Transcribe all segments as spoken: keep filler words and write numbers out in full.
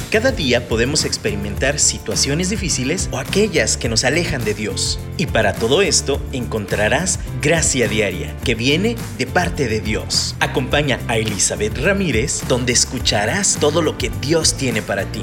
Cada día podemos experimentar situaciones difíciles o aquellas que nos alejan de Dios. Y para todo esto encontrarás gracia diaria que viene de parte de Dios. Acompaña a Elizabeth Ramírez, donde escucharás todo lo que Dios tiene para ti.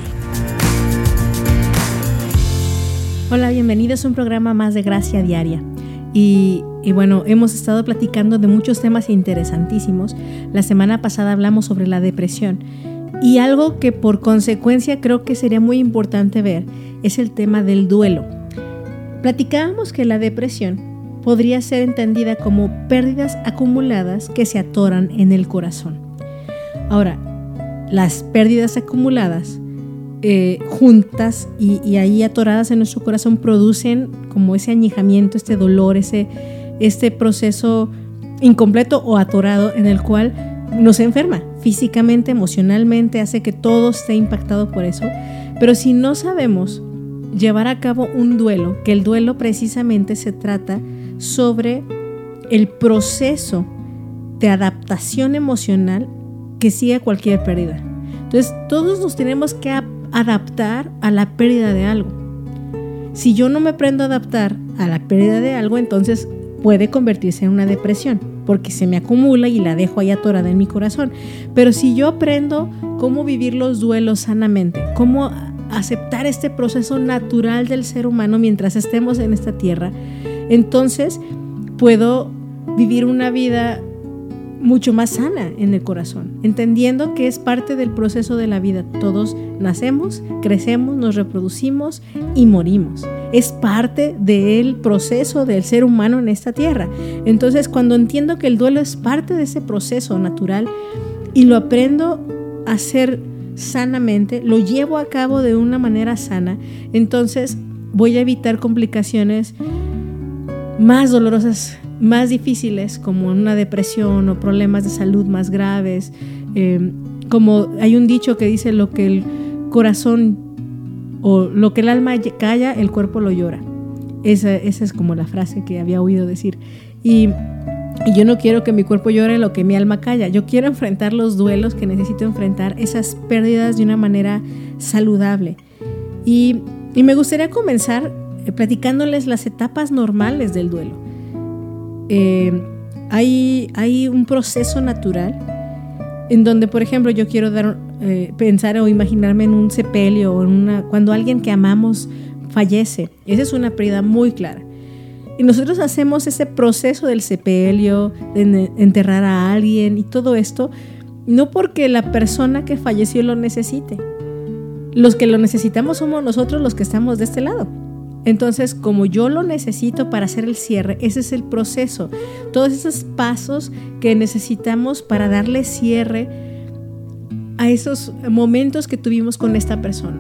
Hola, bienvenidos a un programa más de Gracia Diaria. Y, y bueno, hemos estado platicando de muchos temas interesantísimos. La semana pasada hablamos sobre la depresión. Y algo que por consecuencia creo que sería muy importante ver es el tema del duelo. Platicábamos que la depresión podría ser entendida como pérdidas acumuladas que se atoran en el corazón. Ahora, las pérdidas acumuladas eh, juntas y, y ahí atoradas en nuestro corazón producen como ese añejamiento, este dolor, ese, este proceso incompleto o atorado en el cual nos enferma físicamente, emocionalmente, hace que todo esté impactado por eso. Pero si no sabemos llevar a cabo un duelo, que el duelo precisamente se trata sobre el proceso de adaptación emocional que sigue cualquier pérdida. Entonces, todos nos tenemos que a- adaptar a la pérdida de algo. Si yo no me aprendo a adaptar a la pérdida de algo, entonces puede convertirse en una depresión, porque se me acumula y la dejo ahí atorada en mi corazón. Pero si yo aprendo cómo vivir los duelos sanamente, cómo aceptar este proceso natural del ser humano mientras estemos en esta tierra, entonces puedo vivir una vida mucho más sana en el corazón, entendiendo que es parte del proceso de la vida. Todos nacemos, crecemos, nos reproducimos y morimos. Es parte del proceso del ser humano en esta tierra. Entonces, cuando entiendo que el duelo es parte de ese proceso natural y lo aprendo a hacer sanamente, lo llevo a cabo de una manera sana, entonces voy a evitar complicaciones más dolorosas, más difíciles, como una depresión o problemas de salud más graves. Eh, como hay un dicho que dice: lo que el corazón o lo que el alma calla, el cuerpo lo llora. Esa, esa es como la frase que había oído decir. Y, y yo no quiero que mi cuerpo llore lo que mi alma calla. Yo quiero enfrentar los duelos que necesito enfrentar, esas pérdidas de una manera saludable. Y, y me gustaría comenzar eh, platicándoles las etapas normales del duelo. Eh, hay, hay un proceso natural en donde, por ejemplo, yo quiero dar, eh, pensar o imaginarme en un sepelio o en una, cuando alguien que amamos fallece. Esa es una pérdida muy clara. Y nosotros hacemos ese proceso del sepelio, de enterrar a alguien y todo esto, no porque la persona que falleció lo necesite. Los que lo necesitamos somos nosotros los que estamos de este lado. Entonces, como yo lo necesito para hacer el cierre, ese es el proceso. Todos esos pasos que necesitamos para darle cierre a esos momentos que tuvimos con esta persona.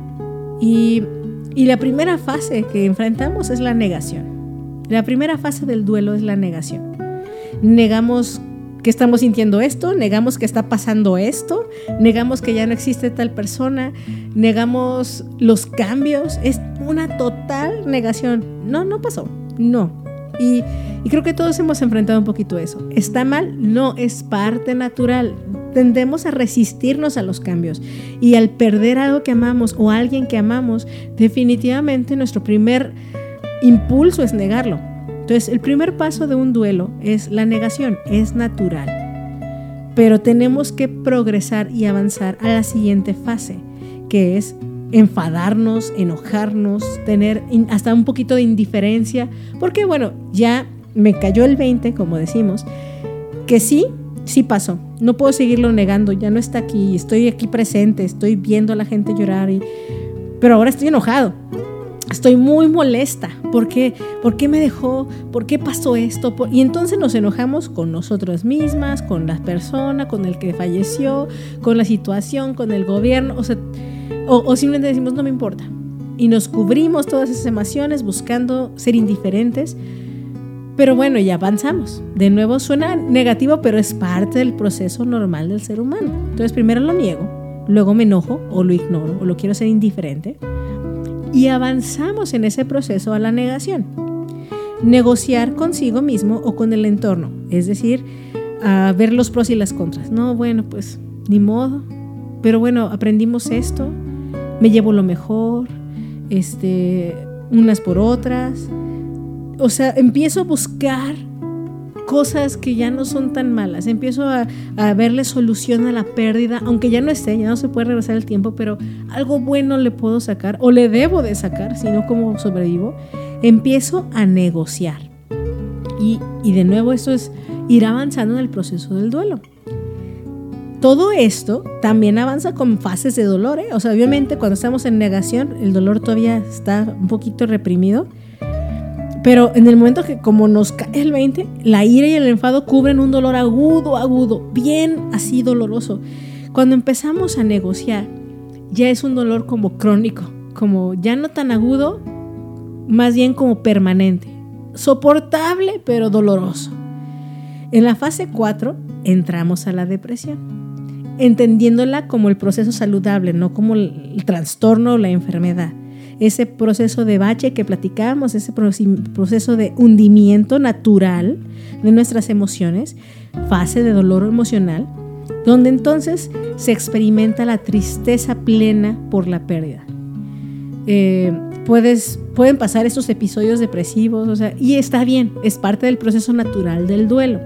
Y, y la primera fase que enfrentamos es la negación. La primera fase del duelo es la negación. Negamos que estamos sintiendo esto, negamos que está pasando esto, negamos que ya no existe tal persona, negamos los cambios. Es una total negación. No, no pasó, no. Y, y creo que todos hemos enfrentado un poquito eso. ¿Está mal? No, es parte natural. Tendemos a resistirnos a los cambios. Y al perder algo que amamos o a alguien que amamos, definitivamente nuestro primer impulso es negarlo. Entonces, el primer paso de un duelo es la negación, es natural. Pero tenemos que progresar y avanzar a la siguiente fase, que es enfadarnos, enojarnos, tener hasta un poquito de indiferencia, porque bueno, ya me cayó el veinte, como decimos, que sí, sí pasó. No puedo seguirlo negando, ya no está aquí, estoy aquí presente, estoy viendo a la gente llorar, y, pero ahora estoy enojado. Estoy muy molesta. ¿Por qué? ¿Por qué me dejó? ¿Por qué pasó esto? Por... Y entonces nos enojamos con nosotras mismas, con la persona, con el que falleció, con la situación, con el gobierno. O sea, o, o simplemente decimos, no me importa. Y nos cubrimos todas esas emociones buscando ser indiferentes. Pero bueno, ya avanzamos. De nuevo suena negativo, pero es parte del proceso normal del ser humano. Entonces primero lo niego, luego me enojo o lo ignoro o lo quiero ser indiferente. Y avanzamos en ese proceso a la negación. Negociar consigo mismo o con el entorno, es decir, a ver los pros y las contras. No, bueno, pues ni modo, pero bueno, aprendimos esto, me llevo lo mejor, este, unas por otras. O sea, empiezo a buscar cosas que ya no son tan malas. Empiezo a, a verle solución a la pérdida, aunque ya no esté, ya no se puede regresar el tiempo, pero algo bueno le puedo sacar o le debo de sacar, si no, ¿cómo sobrevivo? Empiezo a negociar. Y, y de nuevo esto es ir avanzando en el proceso del duelo. Todo esto también avanza con fases de dolor, ¿eh? O sea, obviamente cuando estamos en negación, el dolor todavía está un poquito reprimido. Pero en el momento que como nos cae el veinte, la ira y el enfado cubren un dolor agudo, agudo, bien así doloroso. Cuando empezamos a negociar, ya es un dolor como crónico, como ya no tan agudo, más bien como permanente, soportable pero doloroso. En la fase cuatro entramos a la depresión, entendiéndola como el proceso saludable, no como el, el trastorno o la enfermedad. Ese proceso de bache que platicábamos, ese proceso de hundimiento natural de nuestras emociones, fase de dolor emocional, donde entonces se experimenta la tristeza plena por la pérdida. Eh, puedes, pueden pasar estos episodios depresivos, o sea, y está bien, es parte del proceso natural del duelo.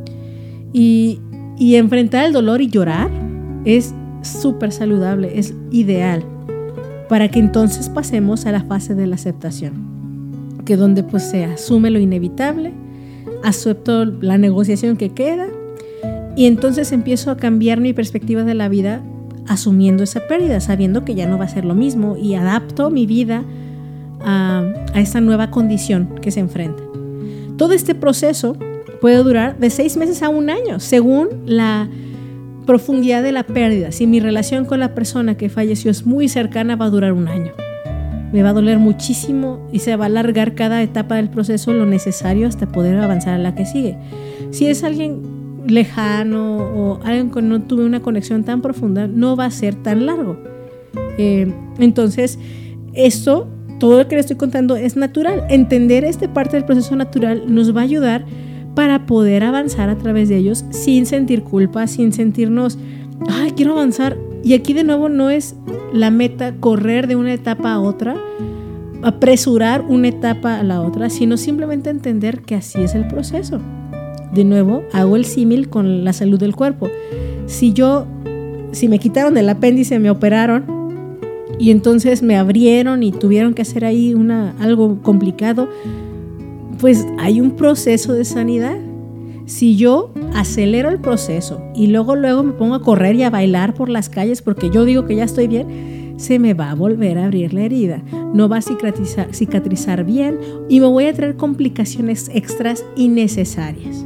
Y, y enfrentar el dolor y llorar es súper saludable, es ideal, para que entonces pasemos a la fase de la aceptación, que donde pues se asume lo inevitable, acepto la negociación que queda y entonces empiezo a cambiar mi perspectiva de la vida asumiendo esa pérdida, sabiendo que ya no va a ser lo mismo y adapto mi vida a, a esta nueva condición que se enfrenta. Todo este proceso puede durar de seis meses a un año, según la profundidad de la pérdida. Si mi relación con la persona que falleció es muy cercana, va a durar un año. Me va a doler muchísimo y se va a alargar cada etapa del proceso lo necesario hasta poder avanzar a la que sigue. Si es alguien lejano o alguien con no tuve una conexión tan profunda, no va a ser tan largo. Eh, entonces, esto, todo lo que le estoy contando es natural. Entender esta parte del proceso natural nos va a ayudar para poder avanzar a través de ellos sin sentir culpa, sin sentirnos, ay, quiero avanzar. Y aquí de nuevo no es la meta correr de una etapa a otra, apresurar una etapa a la otra, sino simplemente entender que así es el proceso. De nuevo, hago el símil con la salud del cuerpo. Si yo, si me quitaron el apéndice, me operaron y entonces me abrieron y tuvieron que hacer ahí una, algo complicado, pues hay un proceso de sanidad. Si yo acelero el proceso y luego luego me pongo a correr y a bailar por las calles porque yo digo que ya estoy bien, se me va a volver a abrir la herida, no va a cicatrizar, cicatrizar bien y me voy a traer complicaciones extras innecesarias.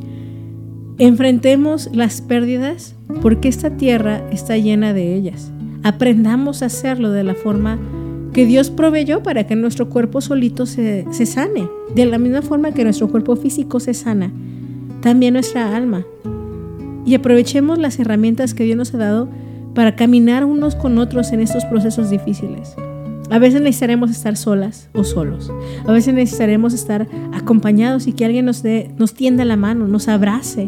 Enfrentemos las pérdidas porque esta tierra está llena de ellas. Aprendamos a hacerlo de la forma que Dios proveyó para que nuestro cuerpo solito se, se sane. De la misma forma que nuestro cuerpo físico se sana, también nuestra alma. Y aprovechemos las herramientas que Dios nos ha dado para caminar unos con otros en estos procesos difíciles. A veces necesitaremos estar solas o solos. A veces necesitaremos estar acompañados y que alguien nos, dé, nos tienda la mano, nos abrace.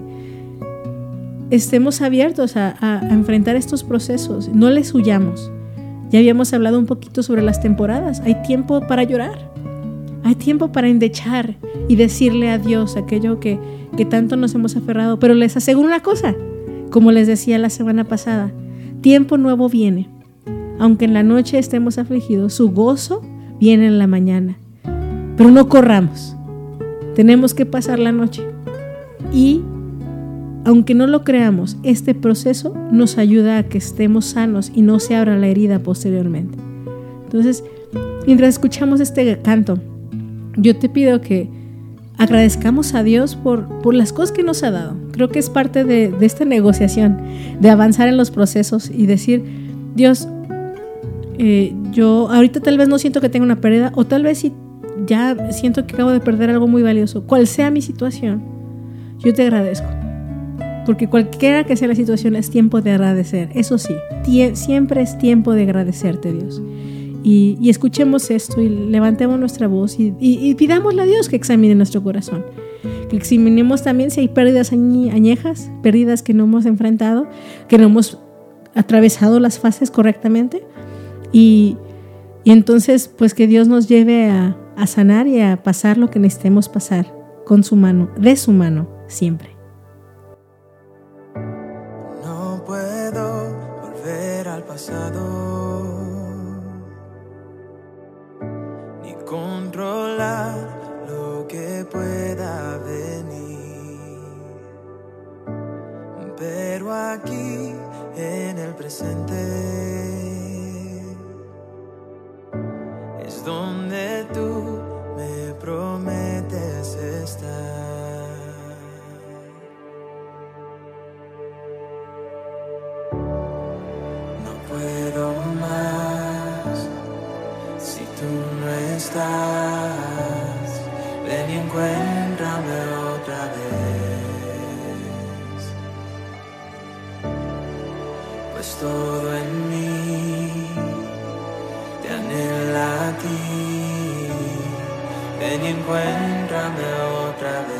Estemos abiertos a, a, a enfrentar estos procesos. No les huyamos. Ya habíamos hablado un poquito sobre las temporadas. Hay tiempo para llorar. Hay tiempo para endechar y decirle a Dios aquello que, que tanto nos hemos aferrado. Pero les aseguro una cosa, como les decía la semana pasada, tiempo nuevo viene. Aunque en la noche estemos afligidos, su gozo viene en la mañana. Pero no corramos. Tenemos que pasar la noche. Y aunque no lo creamos, este proceso nos ayuda a que estemos sanos y no se abra la herida posteriormente. Entonces, mientras escuchamos este canto, yo te pido que agradezcamos a Dios por, por las cosas que nos ha dado. Creo que es parte de, de esta negociación, de avanzar en los procesos y decir, Dios, eh, yo ahorita tal vez no siento que tenga una pérdida, o tal vez sí, ya siento que acabo de perder algo muy valioso. Cual sea mi situación, yo te agradezco. Porque cualquiera que sea la situación, es tiempo de agradecer. Eso sí, tie- siempre es tiempo de agradecerte, Dios. Y, y escuchemos esto y levantemos nuestra voz y, y, y pidámosle a Dios que examine nuestro corazón. Que examinemos también si hay pérdidas añe- añejas, pérdidas que no hemos enfrentado, que no hemos atravesado las fases correctamente. Y, y entonces, pues que Dios nos lleve a, a sanar y a pasar lo que necesitemos pasar con su mano, de su mano, siempre. No puedo volver al pasado, ni controlar lo que pueda venir, pero aquí en el presente es donde tú me prometes estar. Puedo más si tú no estás. Ven y encuéntrame otra vez, pues todo en mí te anhela a ti. Ven y encuéntrame otra vez.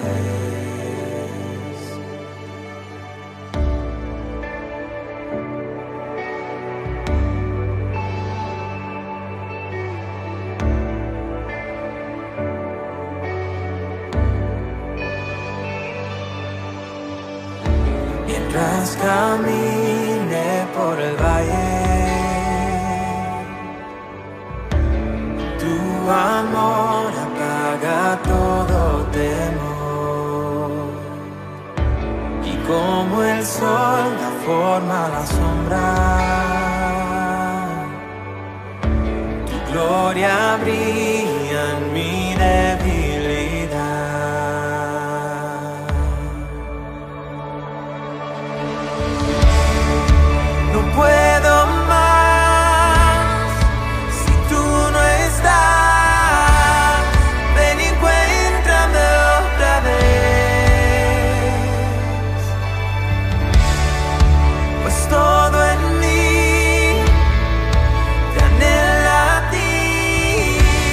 Mientras camine por el valle, tu amor apaga todo temor, y como el sol da forma a la sombra, tu gloria brilla en mi debilidad. No puedo más si tú no estás. Ven y encuéntrame otra vez, pues todo en mí te anhela a ti.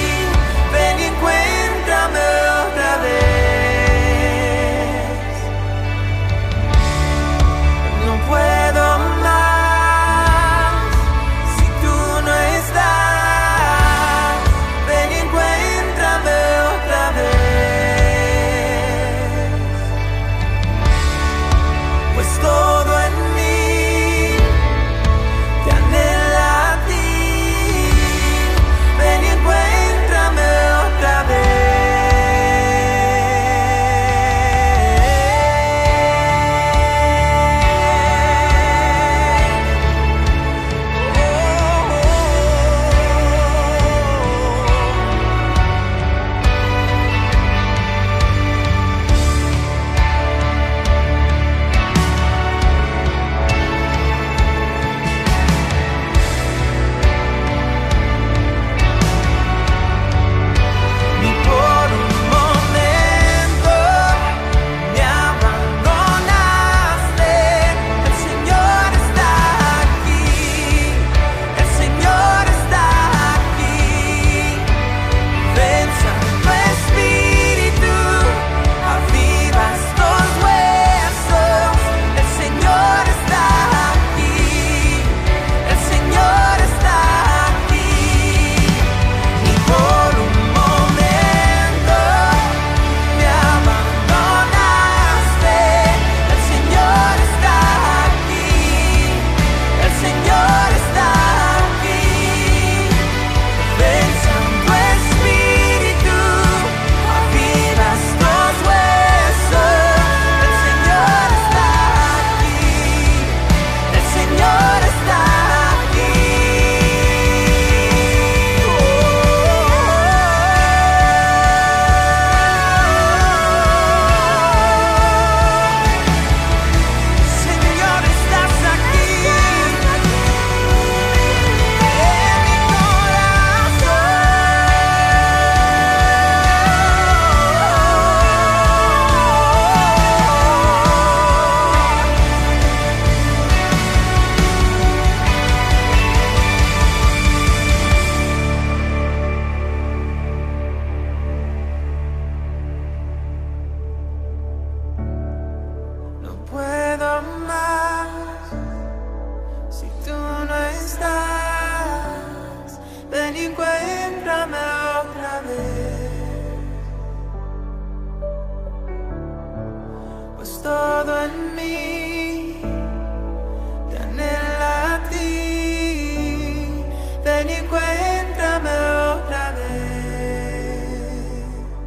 en mí te anhela a ti. Ven y encuéntrame otra vez.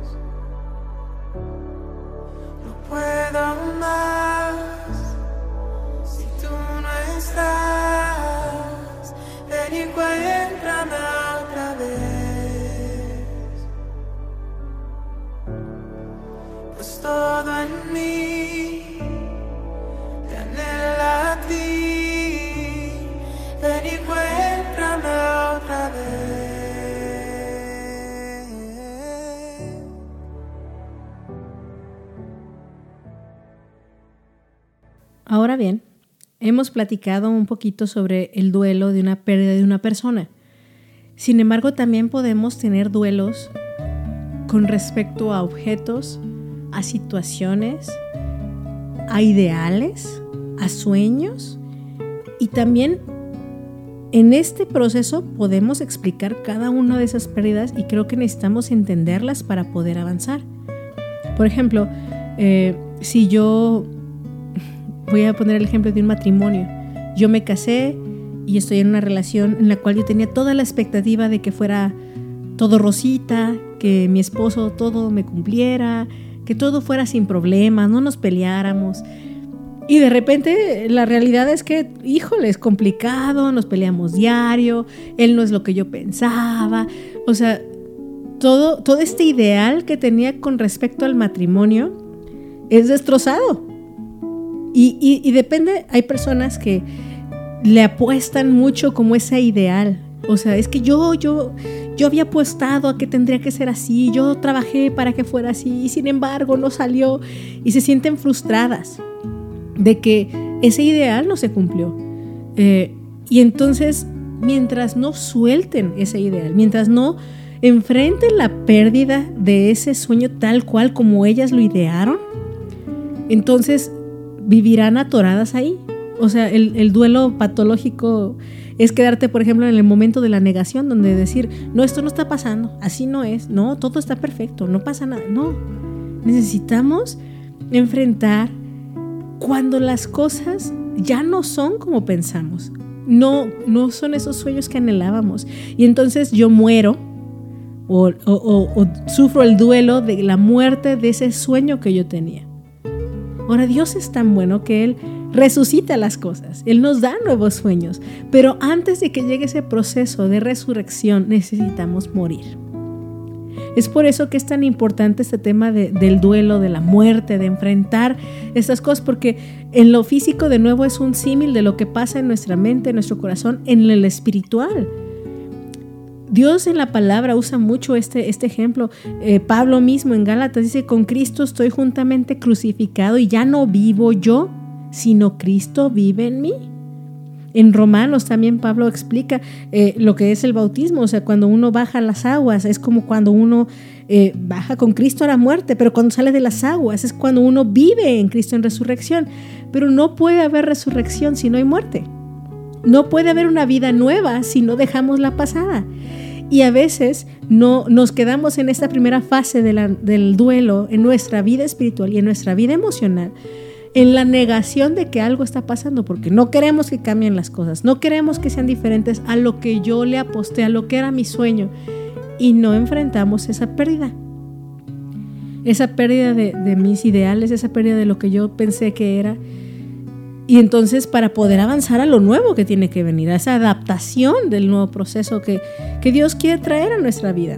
No puedo más si tú no estás. Ven y encuéntrame otra vez. Pues todo en mí te anhela a ti. Ven y encuéntrame otra vez. Ahora bien, hemos platicado un poquito sobre el duelo de una pérdida de una persona. Sin embargo, también podemos tener duelos con respecto a objetos, a situaciones, a ideales, a sueños. Y también en este proceso podemos explicar cada una de esas pérdidas y creo que necesitamos entenderlas para poder avanzar. Por ejemplo, eh, si yo... Voy a poner el ejemplo de un matrimonio. Yo me casé y estoy en una relación en la cual yo tenía toda la expectativa de que fuera todo rosita, que mi esposo todo me cumpliera, que todo fuera sin problemas, no nos peleáramos. Y de repente la realidad es que, híjole, es complicado, nos peleamos diario, él no es lo que yo pensaba. O sea, todo, todo este ideal que tenía con respecto al matrimonio es destrozado. Y, y, y depende, hay personas que le apuestan mucho como ese ideal. O sea, es que yo, yo, yo había apostado a que tendría que ser así, yo trabajé para que fuera así y sin embargo no salió y se sienten frustradas de que ese ideal no se cumplió. Eh, y entonces, mientras no suelten ese ideal, mientras no enfrenten la pérdida de ese sueño tal cual como ellas lo idearon, entonces vivirán atoradas ahí. O sea, el, el duelo patológico es quedarte, por ejemplo, en el momento de la negación, donde decir, no, esto no está pasando, así no es, no, todo está perfecto, no pasa nada. No, necesitamos enfrentar cuando las cosas ya no son como pensamos, no, no son esos sueños que anhelábamos. Y entonces yo muero o, o, o, o sufro el duelo de la muerte de ese sueño que yo tenía. Ahora, Dios es tan bueno que Él resucita las cosas, Él nos da nuevos sueños, pero antes de que llegue ese proceso de resurrección necesitamos morir. Es por eso que es tan importante este tema de, del duelo, de la muerte, de enfrentar estas cosas, porque en lo físico de nuevo es un símil de lo que pasa en nuestra mente, en nuestro corazón, en el espiritual. Dios en la palabra usa mucho este, este ejemplo. Eh, Pablo mismo en Gálatas dice, con Cristo estoy juntamente crucificado y ya no vivo yo, sino Cristo vive en mí. En Romanos también Pablo explica eh, lo que es el bautismo. O sea, cuando uno baja las aguas es como cuando uno eh, baja con Cristo a la muerte, pero cuando sale de las aguas es cuando uno vive en Cristo en resurrección. Pero no puede haber resurrección si no hay muerte. No puede haber una vida nueva si no dejamos la pasada. Y a veces no, nos quedamos en esta primera fase de la, del duelo en nuestra vida espiritual y en nuestra vida emocional, en la negación de que algo está pasando, porque no queremos que cambien las cosas, no queremos que sean diferentes a lo que yo le aposté, a lo que era mi sueño, y no enfrentamos esa pérdida. Esa pérdida de, de mis ideales, esa pérdida de lo que yo pensé que era. Y entonces para poder avanzar a lo nuevo que tiene que venir, a esa adaptación del nuevo proceso que, que Dios quiere traer a nuestra vida.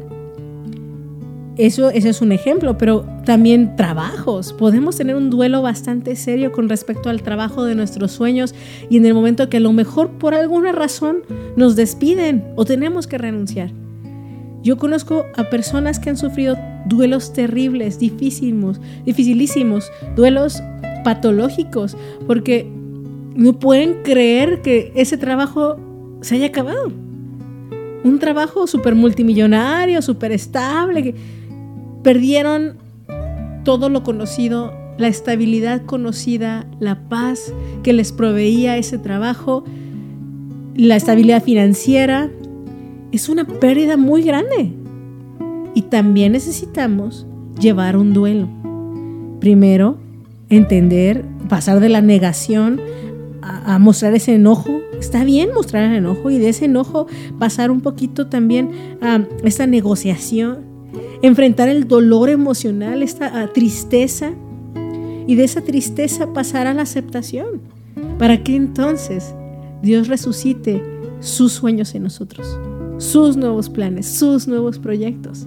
Eso, eso es un ejemplo, pero también trabajos. Podemos tener un duelo bastante serio con respecto al trabajo de nuestros sueños y en el momento que a lo mejor por alguna razón nos despiden o tenemos que renunciar. Yo conozco a personas que han sufrido duelos terribles, dificilísimos, dificilísimos, duelos patológicos, porque no pueden creer que ese trabajo se haya acabado. Un trabajo súper multimillonario, súper estable, que perdieron todo lo conocido, la estabilidad conocida, la paz que les proveía ese trabajo, la estabilidad financiera. Es una pérdida muy grande. Y también necesitamos llevar un duelo. Primero, entender, pasar de la negación a, a mostrar ese enojo. Está bien mostrar el enojo y de ese enojo pasar un poquito también a esta negociación, enfrentar el dolor emocional, esta a, tristeza, y de esa tristeza pasar a la aceptación, para que entonces Dios resucite sus sueños en nosotros, sus nuevos planes, sus nuevos proyectos.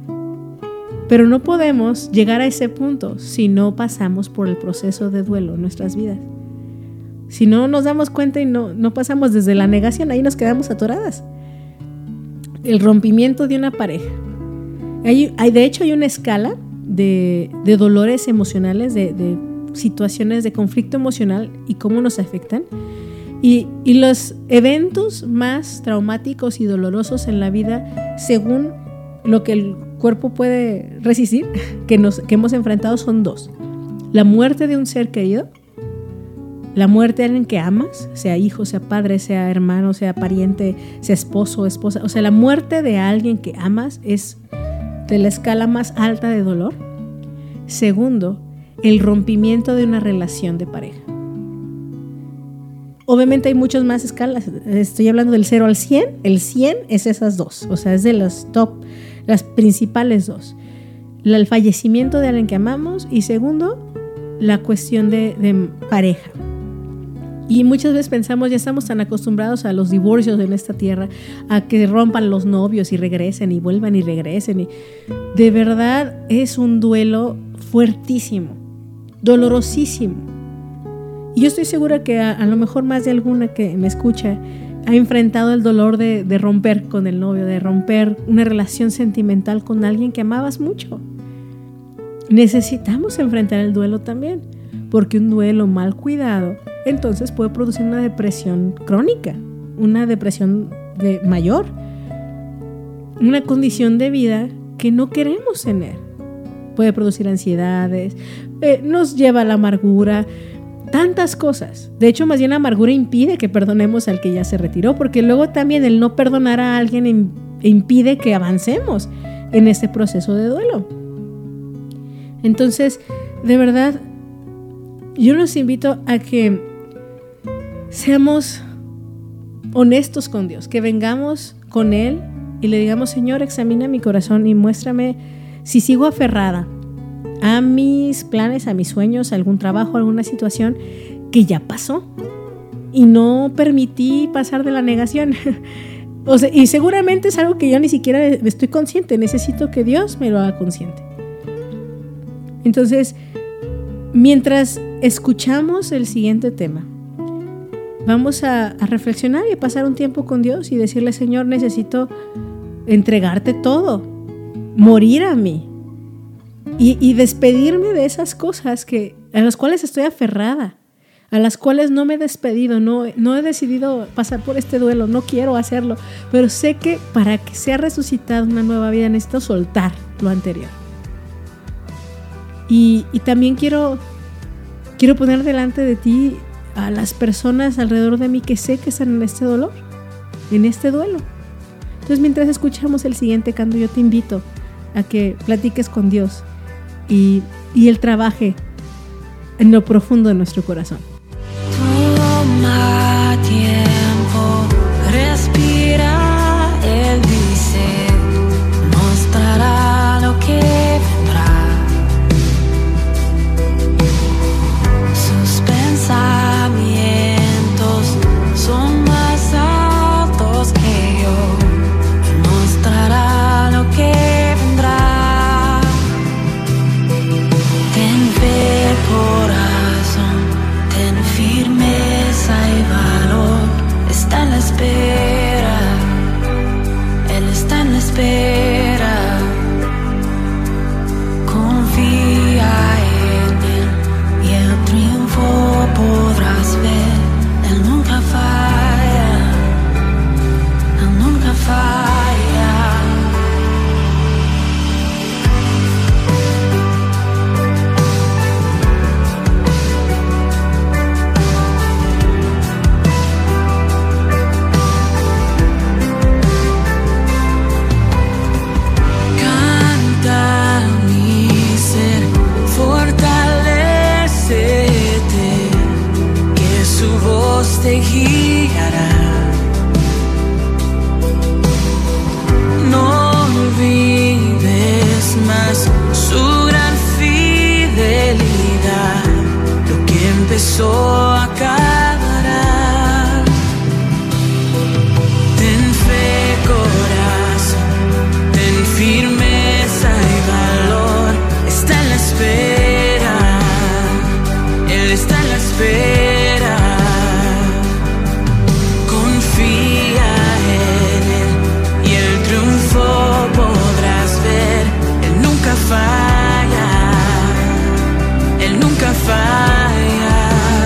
Pero no podemos llegar a ese punto si no pasamos por el proceso de duelo en nuestras vidas. Si no nos damos cuenta y no, no pasamos desde la negación, ahí nos quedamos atoradas. El rompimiento de una pareja. Hay, hay, de hecho, hay una escala de, de dolores emocionales, de, de situaciones de conflicto emocional y cómo nos afectan. Y, y los eventos más traumáticos y dolorosos en la vida, según lo que el cuerpo puede resistir, que, nos, que hemos enfrentado, son dos. La muerte de un ser querido, la muerte de alguien que amas, sea hijo, sea padre, sea hermano, sea pariente, sea esposo, esposa. O sea, la muerte de alguien que amas es de la escala más alta de dolor. Segundo, el rompimiento de una relación de pareja. Obviamente hay muchas más escalas. Estoy hablando del cero al cien. El cien es esas dos. O sea, es de las top, las principales dos. El fallecimiento de alguien que amamos y segundo, la cuestión de, de pareja. Y muchas veces pensamos, ya estamos tan acostumbrados a los divorcios en esta tierra, a que rompan los novios y regresen y vuelvan y regresen. Y de verdad es un duelo fuertísimo, dolorosísimo. Y yo estoy segura que a, a lo mejor más de alguna que me escucha ha enfrentado el dolor de, de romper con el novio, de romper una relación sentimental con alguien que amabas mucho. Necesitamos enfrentar el duelo también, porque un duelo mal cuidado entonces puede producir una depresión crónica, una depresión de mayor, una condición de vida que no queremos tener. Puede producir ansiedades, eh, nos lleva a la amargura, tantas cosas. De hecho, más bien la amargura impide que perdonemos al que ya se retiró, porque luego también el no perdonar a alguien im- impide que avancemos en este proceso de duelo. Entonces, de verdad, yo los invito a que seamos honestos con Dios, que vengamos con Él y le digamos: Señor, examina mi corazón y muéstrame si sigo aferrada a mis planes, a mis sueños, a algún trabajo, a alguna situación que ya pasó y no permití pasar de la negación. O sea, y seguramente es algo que yo ni siquiera estoy consciente, necesito que Dios me lo haga consciente. Entonces, mientras escuchamos el siguiente tema, vamos a, a reflexionar y a pasar un tiempo con Dios y decirle: Señor, necesito entregarte todo, morir a mí y, y despedirme de esas cosas que, a las cuales estoy aferrada, a las cuales no me he despedido, no, no he decidido pasar por este duelo, no quiero hacerlo, pero sé que para que sea resucitada una nueva vida necesito soltar lo anterior. Y, y también quiero, quiero poner delante de ti a las personas alrededor de mí que sé que están en este dolor, en este duelo. Entonces, mientras escuchamos el siguiente canto, yo te invito a que platiques con Dios y, y Él trabaje en lo profundo de nuestro corazón. Toma tiempo, respira, Él dice, mostrará lo que vendrá. Sus pensamientos son más altos que yo, mostrará lo que vendrá. Ten fe, corazón, ten falla.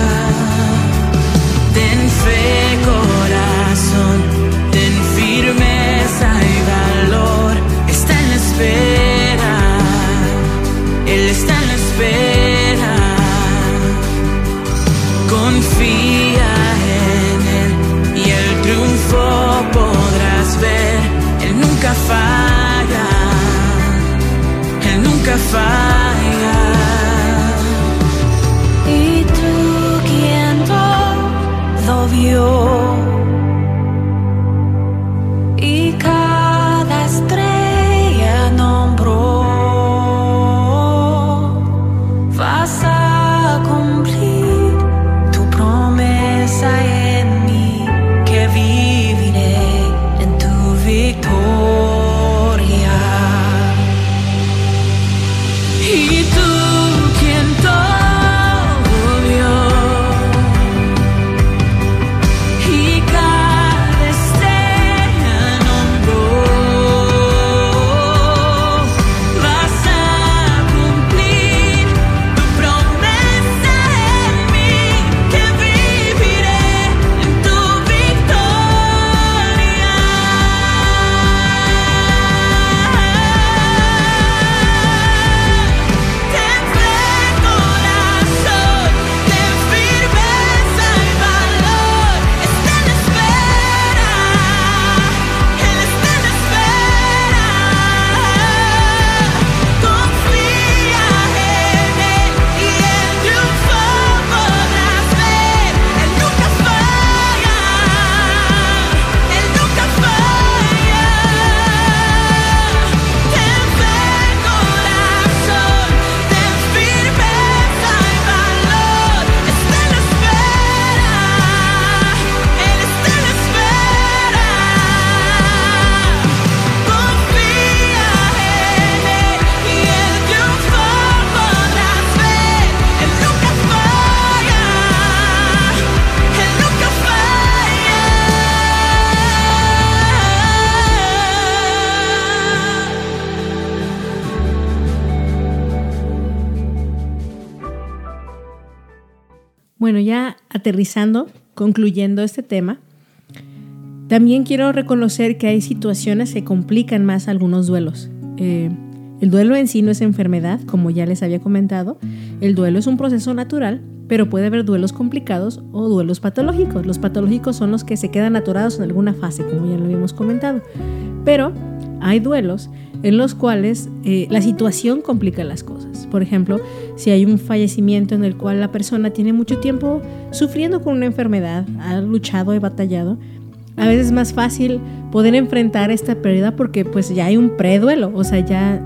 Ten fe, corazón, ten firmeza y valor. Está en la espera, Él está en la espera. Confía en Él y el triunfo podrás ver. Él nunca falla, Él nunca falla. ¿Y tú quién todo vio? Y cada estrella nombró. Vas a cumplir tu promesa en mí, que viviré en tu victoria. Y tú quien todo vio, y cada estrella nombró. Vas a cumplir tu promesa en mí, que viviré en tu victoria. Ten fe, corazón, ten firmeza y valor. Está en la espera, Él está en la espera. Confía en Él y el triunfo podrás ver. Él nunca falla, Él nunca falla. Ten fe, corazón, ten firmeza y valor. Está en la espera, Él está en la espera. Confía en Él y el triunfo podrás ver. Él nunca falla, Él nunca falla. Bueno, ya aterrizando, concluyendo este tema, también quiero reconocer que hay situaciones que complican más algunos duelos. Eh, el duelo en sí no es enfermedad, como ya les había comentado. El duelo es un proceso natural, pero puede haber duelos complicados o duelos patológicos. Los patológicos son los que se quedan atorados en alguna fase, como ya lo habíamos comentado. Pero hay duelos en los cuales eh, la situación complica las cosas. Por ejemplo, si hay un fallecimiento en el cual la persona tiene mucho tiempo sufriendo con una enfermedad, ha luchado y batallado, a veces es más fácil poder enfrentar esta pérdida porque pues ya hay un preduelo, o sea, ya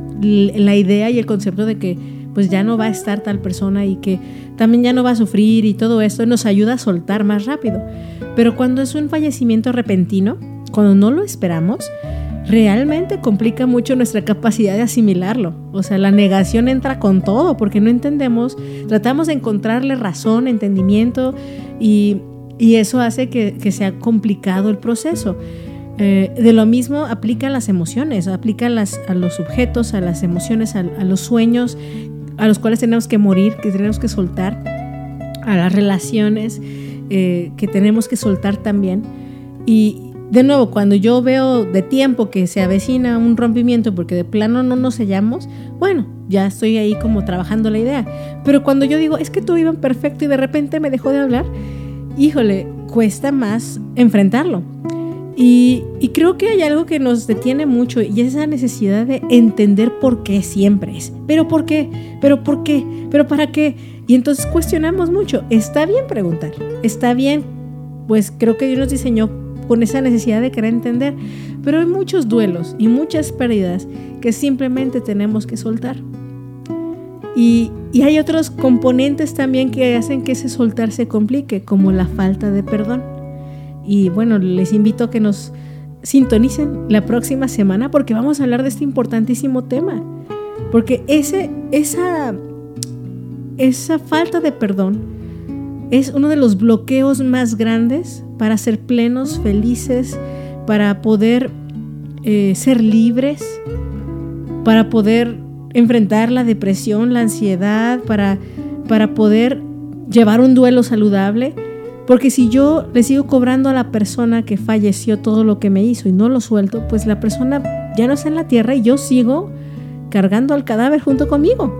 la idea y el concepto de que pues ya no va a estar tal persona y que también ya no va a sufrir y todo esto nos ayuda a soltar más rápido. Pero cuando es un fallecimiento repentino, cuando no lo esperamos, realmente complica mucho nuestra capacidad de asimilarlo. O sea, la negación entra con todo porque no entendemos, tratamos de encontrarle razón, entendimiento y, y eso hace que, que sea complicado el proceso. Eh, de lo mismo aplica a las emociones, aplica a, las, a los objetos, a las emociones, a, a los sueños a los cuales tenemos que morir, que tenemos que soltar, a las relaciones eh, que tenemos que soltar también. Y de nuevo, cuando yo veo de tiempo que se avecina un rompimiento porque de plano no nos sellamos, bueno, ya estoy ahí como trabajando la idea. Pero cuando yo digo, es que todo iba perfecto y de repente me dejó de hablar, híjole, cuesta más enfrentarlo. Y, y creo que hay algo que nos detiene mucho y es esa necesidad de entender por qué siempre es. ¿Pero por qué? ¿Pero por qué? ¿Pero para qué? Y entonces cuestionamos mucho. Está bien preguntar, está bien, pues creo que Dios nos diseñó con esa necesidad de querer entender, pero hay muchos duelos y muchas pérdidas que simplemente tenemos que soltar. Y, y hay otros componentes también que hacen que ese soltar se complique, como la falta de perdón. Y bueno, les invito a que nos sintonicen la próxima semana porque vamos a hablar de este importantísimo tema. Porque ese, esa, esa falta de perdón es uno de los bloqueos más grandes para ser plenos, felices, para poder eh, ser libres, para poder enfrentar la depresión, la ansiedad, para para poder llevar un duelo saludable. Porque si yo le sigo cobrando a la persona que falleció todo lo que me hizo y no lo suelto, pues la persona ya no está en la tierra y yo sigo cargando al cadáver junto conmigo.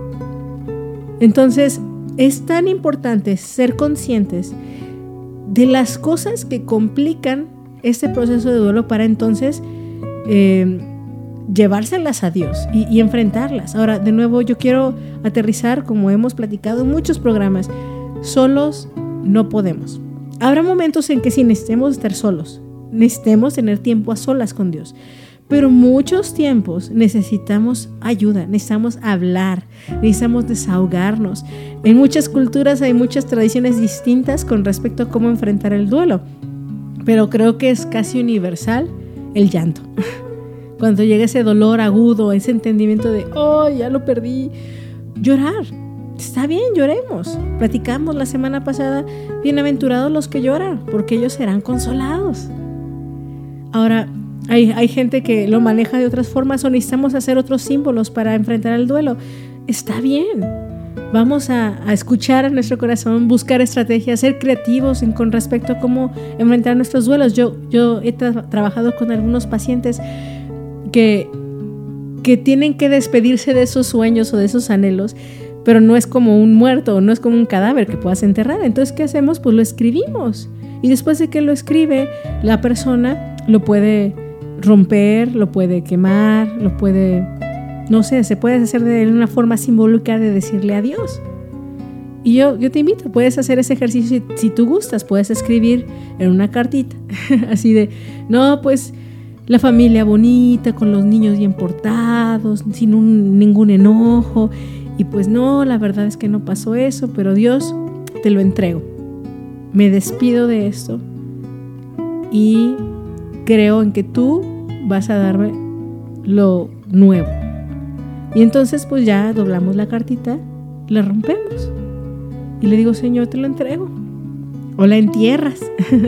Entonces, es tan importante ser conscientes de las cosas que complican este proceso de duelo para entonces eh, llevárselas a Dios y, y enfrentarlas. Ahora, de nuevo, yo quiero aterrizar, como hemos platicado en muchos programas, solos no podemos. Habrá momentos en que sí necesitemos estar solos, necesitemos tener tiempo a solas con Dios, pero muchos tiempos necesitamos ayuda, necesitamos hablar, necesitamos desahogarnos. En muchas culturas hay muchas tradiciones distintas con respecto a cómo enfrentar el duelo, pero creo que es casi universal el llanto. Cuando llega ese dolor agudo, ese entendimiento de, oh, ya lo perdí, llorar. Está bien, lloremos. Platicamos la semana pasada, bienaventurados los que lloran, porque ellos serán consolados. Ahora, hay, hay gente que lo maneja de otras formas o necesitamos hacer otros símbolos para enfrentar el duelo. Está bien. Vamos a, a escuchar a nuestro corazón, buscar estrategias, ser creativos en, con respecto a cómo enfrentar nuestros duelos. Yo, yo he tra- trabajado con algunos pacientes que, que tienen que despedirse de esos sueños o de esos anhelos, pero no es como un muerto, no es como un cadáver que puedas enterrar. Entonces, ¿qué hacemos? Pues lo escribimos. Y después de que lo escribe, la persona lo puede romper, lo puede quemar, lo puede, no sé, se puede hacer de una forma simbólica de decirle adiós. Y yo, yo te invito, puedes hacer ese ejercicio si, si tú gustas, puedes escribir en una cartita, así de, no, pues la familia bonita, con los niños bien portados, sin un, ningún enojo. Y pues no, la verdad es que no pasó eso, pero Dios, te lo entrego. Me despido de esto y creo en que tú vas a darme lo nuevo. Y entonces pues ya doblamos la cartita, la rompemos y le digo, Señor, te lo entrego. O la entierras.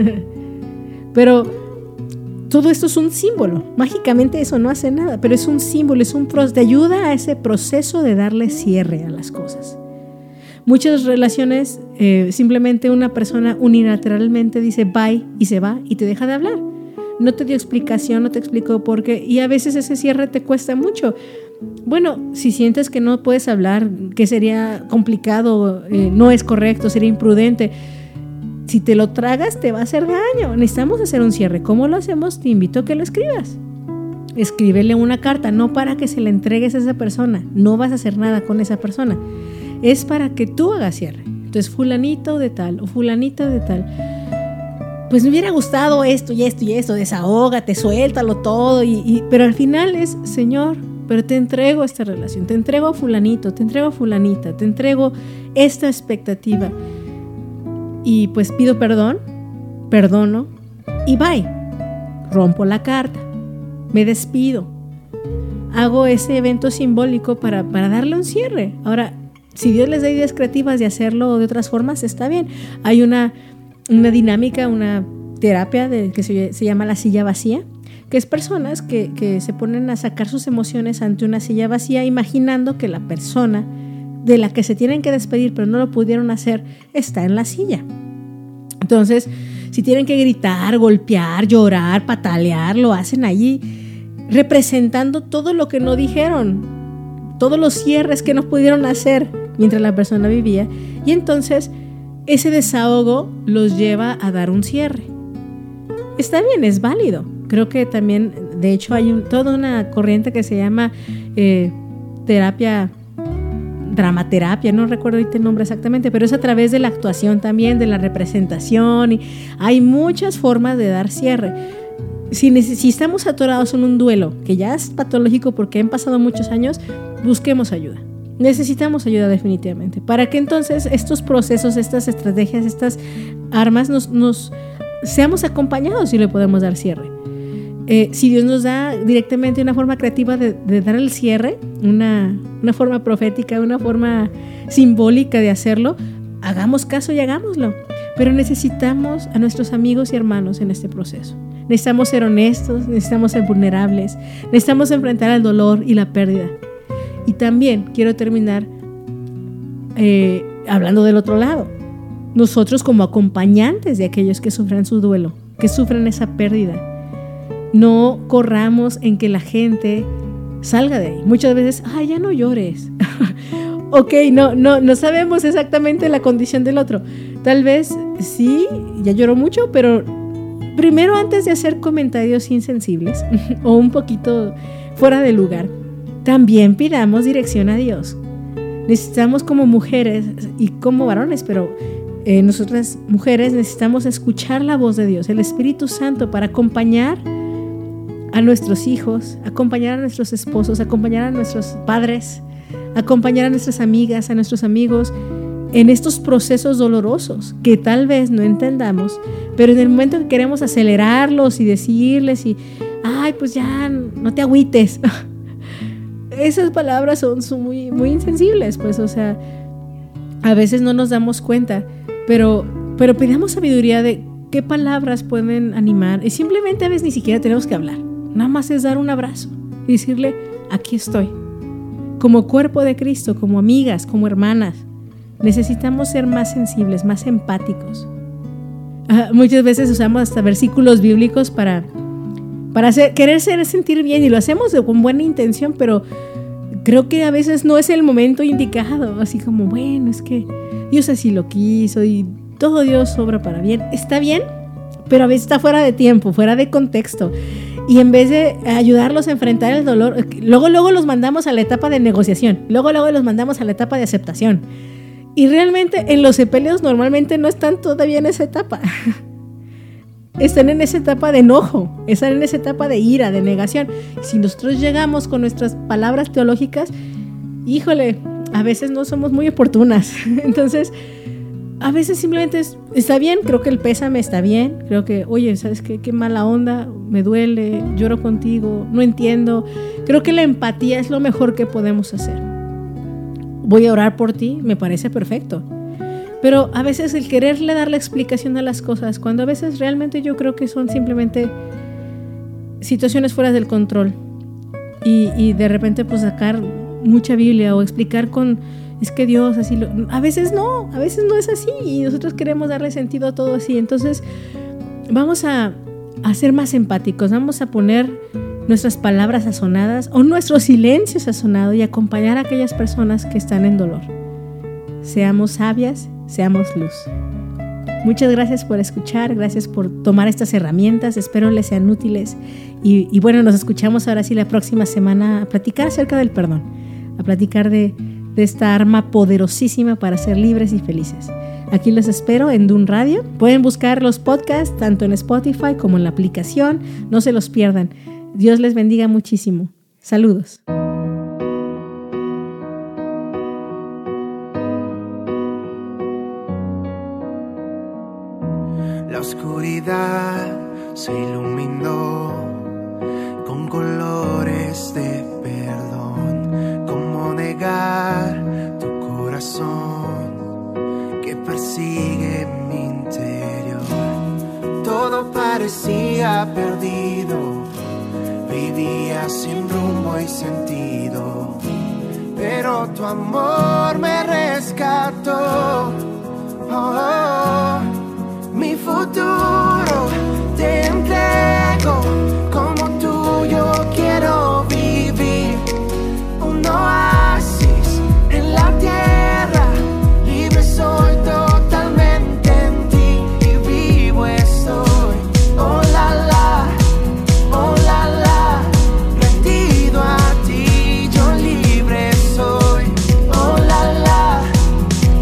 Pero todo esto es un símbolo. Mágicamente eso no hace nada, pero es un símbolo, es un proceso, te ayuda a ese proceso de darle cierre a las cosas. Muchas relaciones, eh, simplemente una persona unilateralmente dice bye y se va y te deja de hablar. No te dio explicación, no te explicó por qué, y a veces ese cierre te cuesta mucho. Bueno, si sientes que no puedes hablar, que sería complicado, eh, no es correcto, sería imprudente, si te lo tragas te va a hacer daño. Necesitamos hacer un cierre. ¿Cómo lo hacemos? Te invito a que lo escribas. Escríbele una carta, no para que se la entregues a esa persona, no vas a hacer nada con esa persona, es para que tú hagas cierre. Entonces, fulanito de tal o fulanita de tal, pues me hubiera gustado esto y esto y esto, desahógate, suéltalo todo, y, y, pero al final es, Señor, pero te entrego esta relación, te entrego a fulanito, te entrego a fulanita, te entrego esta expectativa. Y pues pido perdón, perdono y bye. Rompo la carta, me despido. Hago ese evento simbólico para, para darle un cierre. Ahora, si Dios les da ideas creativas de hacerlo de otras formas, está bien. Hay una, una dinámica, una terapia de, que se, se llama la silla vacía, que es personas que, que se ponen a sacar sus emociones ante una silla vacía, imaginando que la persona de la que se tienen que despedir pero no lo pudieron hacer está en la silla. Entonces, si tienen que gritar, golpear, llorar, patalear, lo hacen allí, representando todo lo que no dijeron, todos los cierres que no pudieron hacer mientras la persona vivía, y entonces ese desahogo los lleva a dar un cierre. Está bien, es válido. Creo que también, de hecho, hay un, toda una corriente que se llama eh, terapia dramaterapia, no recuerdo ahorita el nombre exactamente, pero es a través de la actuación también, de la representación, y hay muchas formas de dar cierre. Si, neces- si estamos atorados en un duelo que ya es patológico porque han pasado muchos años, busquemos ayuda. Necesitamos ayuda definitivamente, para que entonces estos procesos, estas estrategias, estas armas nos, nos seamos acompañados y le podemos dar cierre. Eh, si Dios nos da directamente una forma creativa de, de dar el cierre, una, una forma profética, una forma simbólica de hacerlo, hagamos caso y hagámoslo. Pero necesitamos a nuestros amigos y hermanos en este proceso. Necesitamos ser honestos, necesitamos ser vulnerables, necesitamos enfrentar el dolor y la pérdida. Y también quiero terminar eh, hablando del otro lado, nosotros como acompañantes de aquellos que sufren su duelo, que sufren esa pérdida, no corramos en que la gente salga de ahí. Muchas veces, ay, ya no llores. Ok, no, no, no sabemos exactamente la condición del otro. Tal vez sí, ya lloró mucho, pero primero, antes de hacer comentarios insensibles o un poquito fuera de lugar, también pidamos dirección a Dios. Necesitamos como mujeres y como varones, pero eh, nosotras mujeres necesitamos escuchar la voz de Dios, el Espíritu Santo, para acompañar a nuestros hijos, acompañar a nuestros esposos, acompañar a nuestros padres, acompañar a nuestras amigas, a nuestros amigos en estos procesos dolorosos que tal vez no entendamos, pero en el momento que queremos acelerarlos y decirles y, ay, pues ya, no te agüites. Esas palabras son, son muy, muy insensibles, pues, o sea, a veces no nos damos cuenta, pero, pero pidamos sabiduría de qué palabras pueden animar, y simplemente a veces ni siquiera tenemos que hablar, nada más es dar un abrazo y decirle, aquí estoy, como cuerpo de Cristo, como amigas, como hermanas. Necesitamos ser más sensibles, más empáticos. Uh, muchas veces usamos hasta versículos bíblicos para, para hacer, querer ser, sentir bien, y lo hacemos de, con buena intención, pero creo que a veces no es el momento indicado. Así como, bueno, es que Dios así lo quiso y todo Dios obra para bien. Está bien, pero a veces está fuera de tiempo, fuera de contexto. Y en vez de ayudarlos a enfrentar el dolor, luego, luego los mandamos a la etapa de negociación, luego, luego los mandamos a la etapa de aceptación. Y realmente en los sepelios normalmente no están todavía en esa etapa. Están en esa etapa de enojo, están en esa etapa de ira, de negación. Si nosotros llegamos con nuestras palabras teológicas, híjole, a veces no somos muy oportunas. Entonces, a veces simplemente es, está bien, creo que el pésame está bien. Creo que, oye, ¿sabes qué? Qué mala onda, me duele, lloro contigo, no entiendo. Creo que la empatía es lo mejor que podemos hacer. Voy a orar por ti, me parece perfecto. Pero a veces el quererle dar la explicación a las cosas, cuando a veces realmente yo creo que son simplemente situaciones fuera del control. Y, y de repente pues sacar mucha Biblia o explicar con, es que Dios así lo... A veces no, a veces no es así y nosotros queremos darle sentido a todo así. Entonces vamos a, a ser más empáticos, vamos a poner nuestras palabras sazonadas o nuestro silencio sazonado y acompañar a aquellas personas que están en dolor. Seamos sabias, seamos luz. Muchas gracias por escuchar, gracias por tomar estas herramientas, espero les sean útiles y, y bueno, nos escuchamos ahora sí la próxima semana a platicar acerca del perdón, a platicar de, de esta arma poderosísima para ser libres y felices. Aquí los espero en Dun Radio, pueden buscar los podcasts tanto en Spotify como en la aplicación, no se los pierdan. Dios les bendiga muchísimo. Saludos. La oscuridad se iluminó con colores de perdón. ¿Cómo negar tu corazón que persigue mi interior? Todo parecía perdido. Vivía sin rumbo y sentido, pero tu amor me rescató. Oh, oh, mi futuro te entrego, como tuyo quiero vivir. Un oasis en la tierra, libre soy totalmente en ti y vivo estoy. Oh la la, oh la la.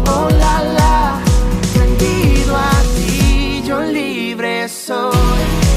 Soy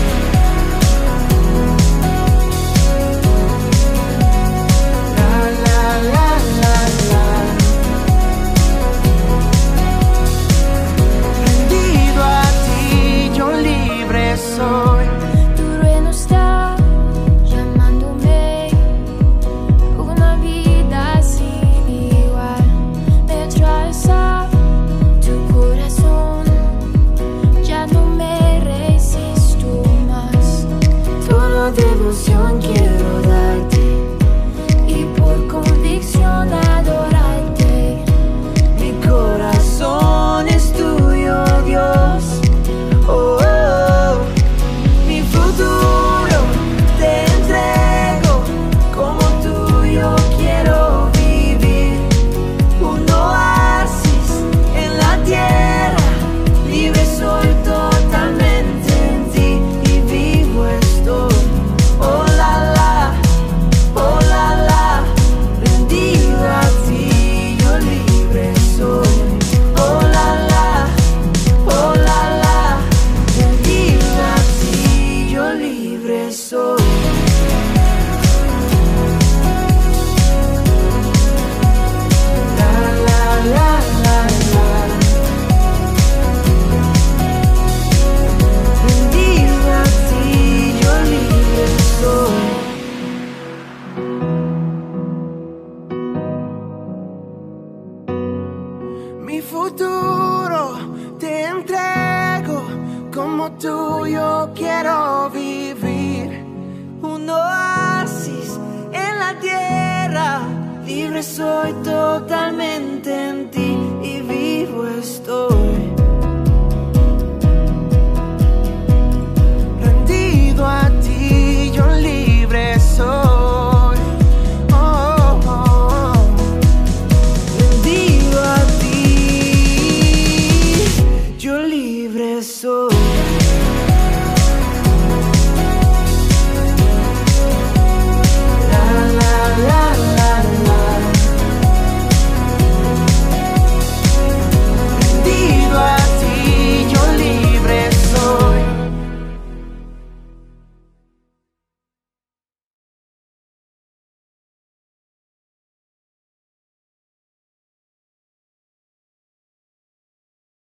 mi futuro te entrego, como tú yo quiero vivir. Un oasis en la tierra, libre soy totalmente.